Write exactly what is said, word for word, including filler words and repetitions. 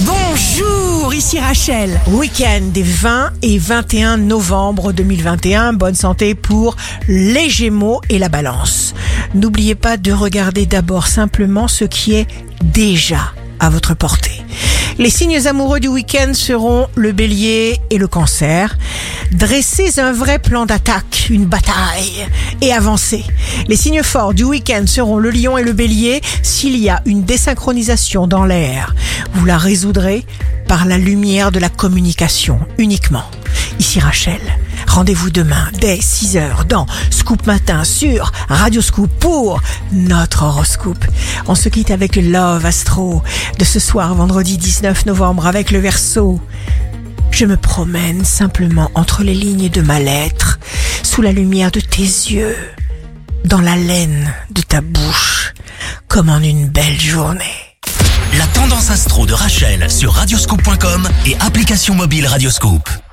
Bonjour, ici Rachel. Week-end des vingt et vingt et un novembre deux mille vingt et un. Bonne santé pour les Gémeaux et la Balance. N'oubliez pas de regarder d'abord simplement ce qui est déjà à votre portée. Les signes amoureux du week-end seront le Bélier et le Cancer. Dressez un vrai plan d'attaque, une bataille, et avancez. Les signes forts du week-end seront le Lion et le Bélier. S'il y a une désynchronisation dans l'air, vous la résoudrez par la lumière de la communication uniquement. Ici Rachel. Rendez-vous demain dès six heures dans Scoop Matin sur Radio Scoop pour notre horoscope. On se quitte avec le Love Astro de ce soir vendredi dix-neuf novembre avec le Verseau. Je me promène simplement entre les lignes de ma lettre, sous la lumière de tes yeux, dans la laine de ta bouche, comme en une belle journée. La tendance astro de Rachel sur radioscoop point com et application mobile Radioscoop.